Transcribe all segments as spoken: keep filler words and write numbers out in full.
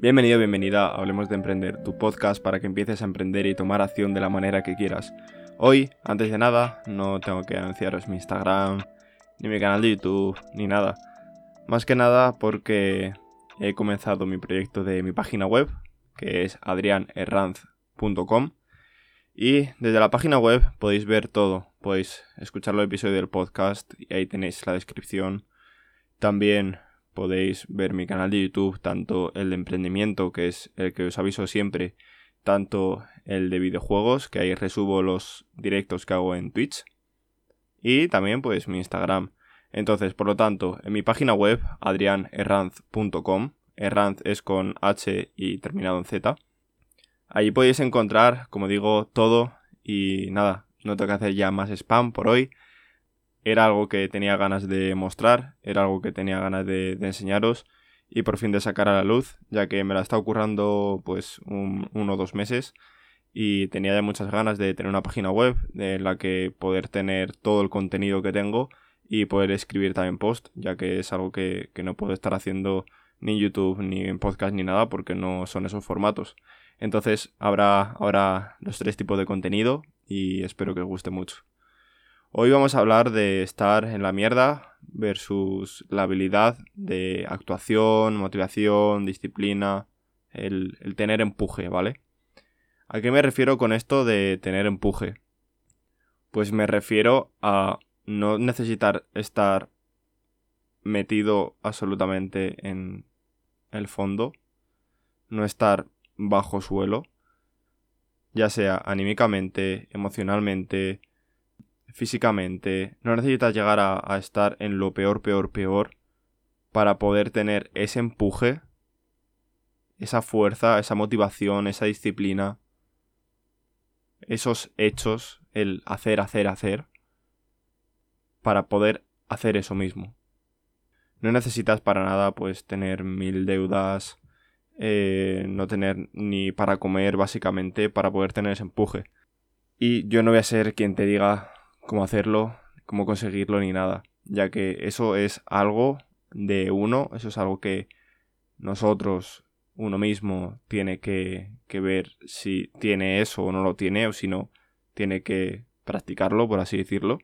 Bienvenido, bienvenida a Hablemos de Emprender, tu podcast para que empieces a emprender y tomar acción de la manera que quieras. Hoy, antes de nada, no tengo que anunciaros mi Instagram, ni mi canal de YouTube, ni nada. Más que nada porque he comenzado mi proyecto de mi página web, que es adrian herranz punto com. Y desde la página web podéis ver todo, podéis escuchar los episodios del podcast y ahí tenéis la descripción. También podéis ver mi canal de YouTube, tanto el de emprendimiento, que es el que os aviso siempre, tanto el de videojuegos, que ahí resubo los directos que hago en Twitch, y también pues mi Instagram. Entonces, por lo tanto, en mi página web, adrian herranz punto com, Herranz es con H y terminado en Z, allí podéis encontrar, como digo, todo y nada, no tengo que hacer ya más spam por hoy. Era algo que tenía ganas de mostrar, era algo que tenía ganas de, de enseñaros y por fin de sacar a la luz, ya que me la está ocurrando pues un, uno o dos meses y tenía ya muchas ganas de tener una página web en la que poder tener todo el contenido que tengo y poder escribir también post, ya que es algo que, que no puedo estar haciendo ni en YouTube ni en podcast ni nada porque no son esos formatos. Entonces habrá ahora los tres tipos de contenido y espero que os guste mucho. Hoy vamos a hablar de estar en la mierda versus la habilidad de actuación, motivación, disciplina, el, el tener empuje, ¿vale? ¿A qué me refiero con esto de tener empuje? Pues me refiero a no necesitar estar metido absolutamente en el fondo, no estar bajo suelo, ya sea anímicamente, emocionalmente, físicamente. No necesitas llegar a, a estar en lo peor, peor, peor para poder tener ese empuje, esa fuerza, esa motivación, esa disciplina, esos hechos, el hacer, hacer, hacer, para poder hacer eso mismo. No necesitas para nada pues tener mil deudas, eh, no tener ni para comer básicamente para poder tener ese empuje. Y yo no voy a ser quien te diga cómo hacerlo, cómo conseguirlo ni nada, ya que eso es algo de uno, eso es algo que nosotros, uno mismo, tiene que, que ver si tiene eso o no lo tiene, o si no, tiene que practicarlo, por así decirlo.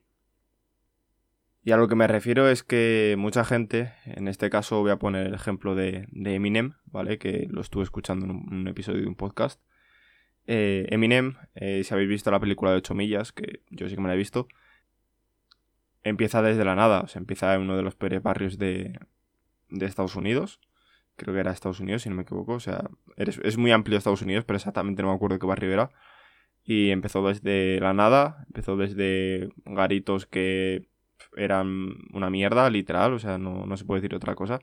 Y a lo que me refiero es que mucha gente, en este caso voy a poner el ejemplo de, de Eminem, ¿vale? Que lo estuve escuchando en un, un episodio de un podcast. Eh, Eminem, eh, si habéis visto la película de ocho millas, que yo sí que me la he visto, empieza desde la nada, o sea, empieza en uno de los peores barrios de, de Estados Unidos, creo que era Estados Unidos, si no me equivoco, o sea, eres, es muy amplio Estados Unidos, pero exactamente no me acuerdo qué barrio era, y empezó desde la nada, empezó desde garitos que eran una mierda, literal, o sea, no, no se puede decir otra cosa.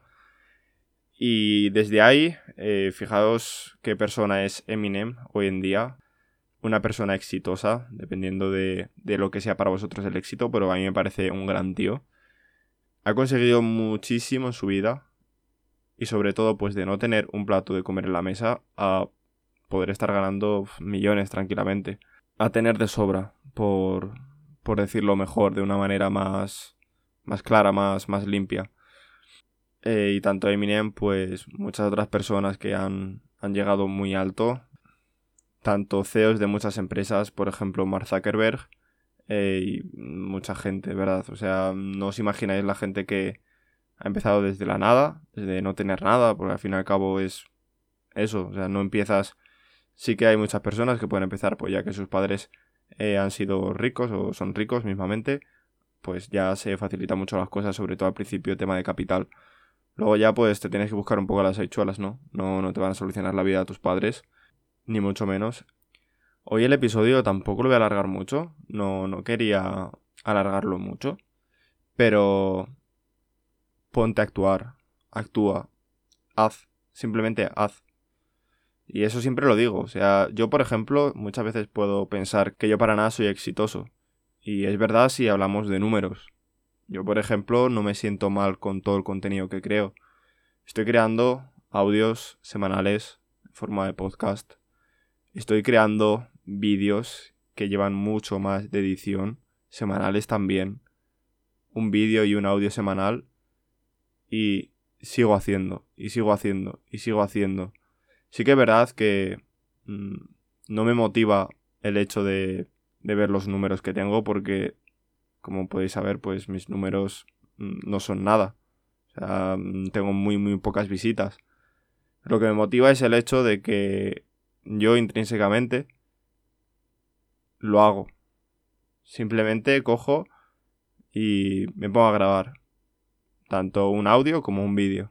Y desde ahí, eh, fijaos qué persona es Eminem hoy en día. Una persona exitosa, dependiendo de, de lo que sea para vosotros el éxito, pero a mí me parece un gran tío. Ha conseguido muchísimo en su vida y sobre todo pues de no tener un plato de comer en la mesa a poder estar ganando millones tranquilamente. A tener de sobra, por, por decirlo mejor, de una manera más, más clara, más, más limpia. Eh, y tanto Eminem, pues muchas otras personas que han, han llegado muy alto, tanto C E Os de muchas empresas, por ejemplo Mark Zuckerberg, eh, y mucha gente, ¿verdad? O sea, no os imagináis la gente que ha empezado desde la nada, desde no tener nada, porque al fin y al cabo es eso, o sea, no empiezas... Sí que hay muchas personas que pueden empezar, pues ya que sus padres eh, han sido ricos o son ricos mismamente, pues ya se facilita mucho las cosas, sobre todo al principio, tema de capital. Luego ya pues te tienes que buscar un poco las habichuelas, ¿no? No, no te van a solucionar la vida a tus padres, ni mucho menos. Hoy el episodio tampoco lo voy a alargar mucho, no, no quería alargarlo mucho, pero ponte a actuar, actúa, haz, simplemente haz. Y eso siempre lo digo, o sea, yo por ejemplo muchas veces puedo pensar que yo para nada soy exitoso, y es verdad si hablamos de números. Yo por ejemplo no me siento mal con todo el contenido que creo. Estoy creando audios semanales en forma de podcast. Estoy creando vídeos que llevan mucho más de edición, semanales también. Un vídeo y un audio semanal. Y sigo haciendo, y sigo haciendo, y sigo haciendo. Sí que es verdad que mmm, no me motiva el hecho de, de ver los números que tengo porque, como podéis saber, pues mis números mmm, no son nada. O sea, mmm, tengo muy, muy pocas visitas. Lo que me motiva es el hecho de que yo intrínsecamente lo hago. Simplemente cojo y me pongo a grabar. Tanto un audio como un vídeo.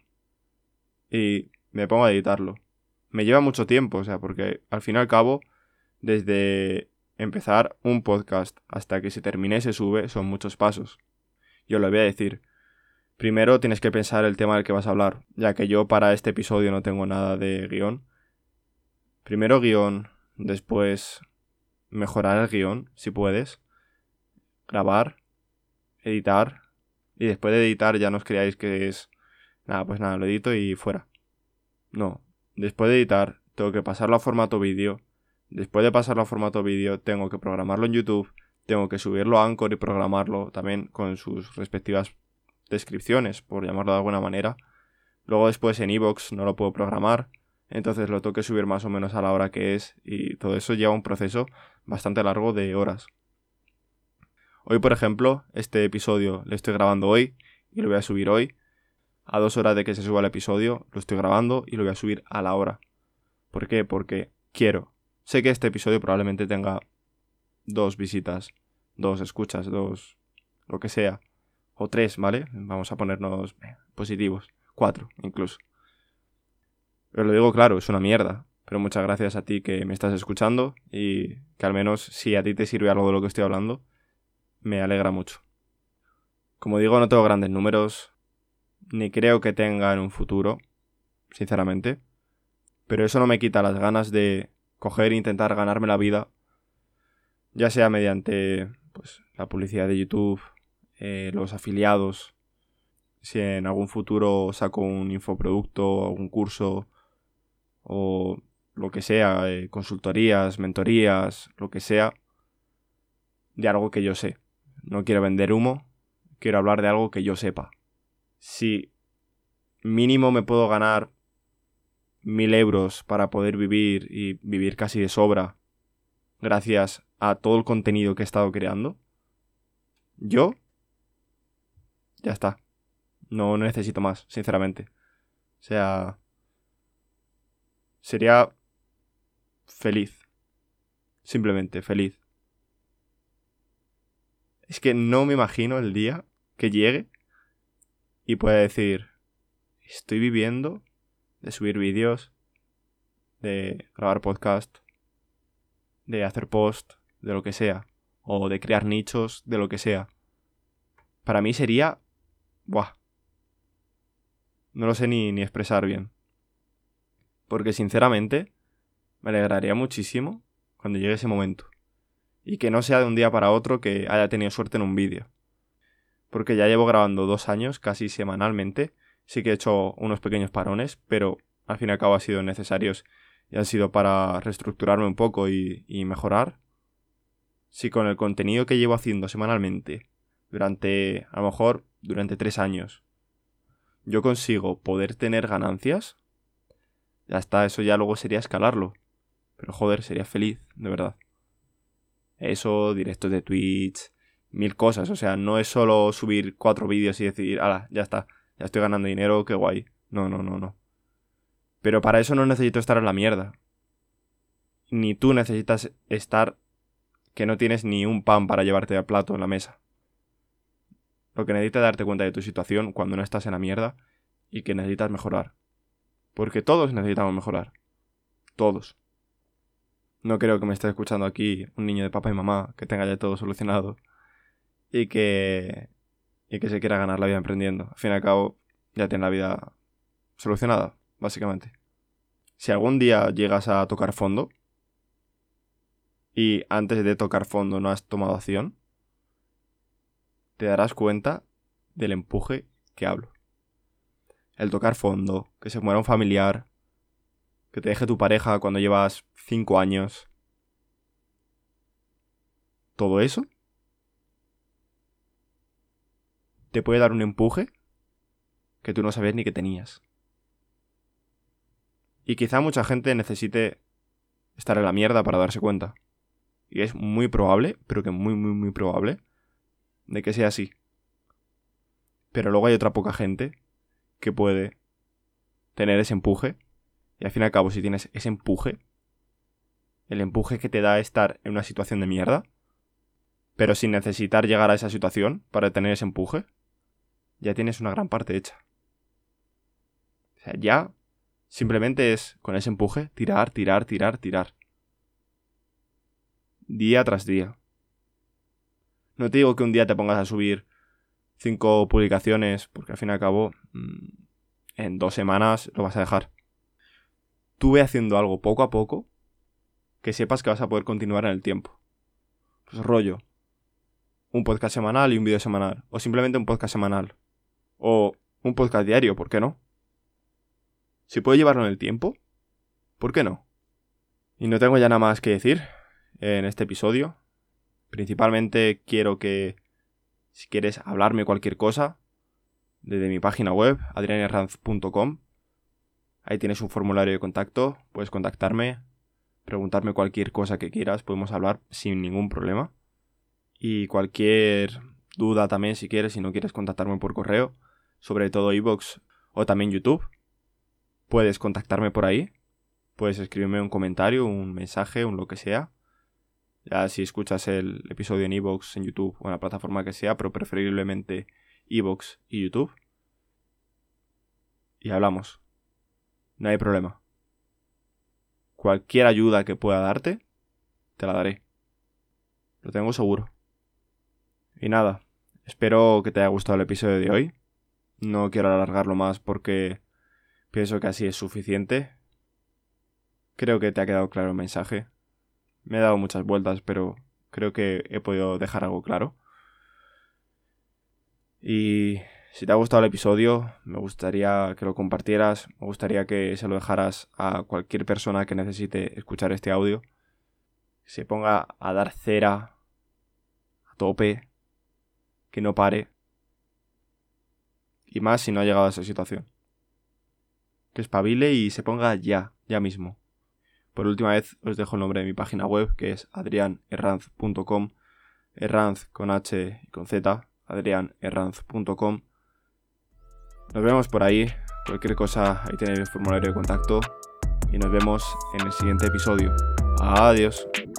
Y me pongo a editarlo. Me lleva mucho tiempo, o sea, porque al fin y al cabo, desde empezar un podcast hasta que se termine y se sube, son muchos pasos. Yo lo voy a decir. Primero tienes que pensar el tema del que vas a hablar, ya que yo para este episodio no tengo nada de guión. Primero guión, después mejorar el guión, si puedes. Grabar, editar. Y después de editar ya no os creáis que es... Nada, pues nada, lo edito y fuera. No. Después de editar, tengo que pasarlo a formato vídeo. Después de pasarlo a formato vídeo, tengo que programarlo en YouTube. Tengo que subirlo a Anchor y programarlo también con sus respectivas descripciones, por llamarlo de alguna manera. Luego después en iVoox no lo puedo programar. Entonces lo tengo que subir más o menos a la hora que es. Y todo eso lleva un proceso bastante largo de horas. Hoy, por ejemplo, este episodio lo estoy grabando hoy y lo voy a subir hoy. A dos horas de que se suba el episodio, lo estoy grabando y lo voy a subir a la hora. ¿Por qué? Porque quiero. Sé que este episodio probablemente tenga dos visitas, dos escuchas, dos... lo que sea. O tres, ¿vale? Vamos a ponernos positivos. Cuatro, incluso. Pero lo digo claro, es una mierda. Pero muchas gracias a ti que me estás escuchando y que al menos si a ti te sirve algo de lo que estoy hablando, me alegra mucho. Como digo, no tengo grandes números, ni creo que tenga en un futuro, sinceramente. Pero eso no me quita las ganas de coger e intentar ganarme la vida, ya sea mediante pues, la publicidad de YouTube, eh, los afiliados, si en algún futuro saco un infoproducto, algún curso o lo que sea, eh, consultorías, mentorías, lo que sea, de algo que yo sé. No quiero vender humo, quiero hablar de algo que yo sepa. Si mínimo me puedo ganar mil euros para poder vivir y vivir casi de sobra gracias a todo el contenido que he estado creando, yo ya está. No necesito más, sinceramente. O sea, sería feliz. Simplemente feliz. Es que no me imagino el día que llegue y pueda decir, estoy viviendo de subir vídeos, de grabar podcast, de hacer post, de lo que sea, o de crear nichos, de lo que sea. Para mí sería... Buah. No lo sé ni, ni expresar bien. Porque sinceramente me alegraría muchísimo cuando llegue ese momento. Y que no sea de un día para otro que haya tenido suerte en un vídeo. Porque ya llevo grabando dos años casi semanalmente. Sí que he hecho unos pequeños parones, pero al fin y al cabo han sido necesarios y han sido para reestructurarme un poco y, y mejorar. Si con el contenido que llevo haciendo semanalmente durante, a lo mejor, durante tres años, yo consigo poder tener ganancias, ya está, eso ya luego sería escalarlo. Pero joder, sería feliz, de verdad. Eso, directos de Twitch, mil cosas. O sea, no es solo subir cuatro vídeos y decir, ala, ya está, ya estoy ganando dinero, qué guay. No, no, no, no. Pero para eso no necesito estar en la mierda. Ni tú necesitas estar que no tienes ni un pan para llevarte al plato en la mesa. Lo que necesitas es darte cuenta de tu situación cuando no estás en la mierda y que necesitas mejorar. Porque todos necesitamos mejorar. Todos. No creo que me esté escuchando aquí un niño de papá y mamá que tenga ya todo solucionado y que, y que se quiera ganar la vida emprendiendo. Al fin y al cabo, ya tiene la vida solucionada, básicamente. Si algún día llegas a tocar fondo y antes de tocar fondo no has tomado acción, te darás cuenta del empuje que hablo. El tocar fondo, que se muera un familiar, que te deje tu pareja cuando llevas cinco años. Todo eso te puede dar un empuje que tú no sabías ni que tenías. Y quizá mucha gente necesite estar en la mierda para darse cuenta. Y es muy probable, pero que muy, muy, muy probable, de que sea así. Pero luego hay otra poca gente que puede tener ese empuje. Y al fin y al cabo, si tienes ese empuje, el empuje que te da estar en una situación de mierda, pero sin necesitar llegar a esa situación para tener ese empuje, ya tienes una gran parte hecha. O sea, ya simplemente es con ese empuje tirar, tirar, tirar, tirar. Día tras día. No te digo que un día te pongas a subir cinco publicaciones, porque al fin y al cabo, en dos semanas lo vas a dejar. Tú ve haciendo algo poco a poco que sepas que vas a poder continuar en el tiempo. Pues rollo. Un podcast semanal y un vídeo semanal. O simplemente un podcast semanal. O un podcast diario, ¿por qué no? Si puedo llevarlo en el tiempo, ¿por qué no? Y no tengo ya nada más que decir en este episodio. Principalmente quiero que, si quieres hablarme cualquier cosa, desde mi página web, adrian herranz punto com, ahí tienes un formulario de contacto, puedes contactarme, preguntarme cualquier cosa que quieras, podemos hablar sin ningún problema. Y cualquier duda también, si quieres, si no quieres contactarme por correo, sobre todo iVoox o también YouTube, puedes contactarme por ahí, puedes escribirme un comentario, un mensaje, un lo que sea. Ya si escuchas el episodio en iVoox, en YouTube o en la plataforma que sea, pero preferiblemente iVoox y YouTube. Y hablamos. No hay problema. Cualquier ayuda que pueda darte, te la daré. Lo tengo seguro. Y nada, espero que te haya gustado el episodio de hoy. No quiero alargarlo más porque pienso que así es suficiente. Creo que te ha quedado claro el mensaje. Me he dado muchas vueltas, pero creo que he podido dejar algo claro. Y si te ha gustado el episodio, me gustaría que lo compartieras, me gustaría que se lo dejaras a cualquier persona que necesite escuchar este audio. Que se ponga a dar cera a tope, que no pare. Y más si no ha llegado a esa situación. Que espabile y se ponga ya, ya mismo. Por última vez os dejo el nombre de mi página web, que es adrian herranz punto com. Herranz con H y con Z, adrian herranz punto com. Nos vemos por ahí. Cualquier cosa, ahí tenéis el formulario de contacto. Y nos vemos en el siguiente episodio. Adiós.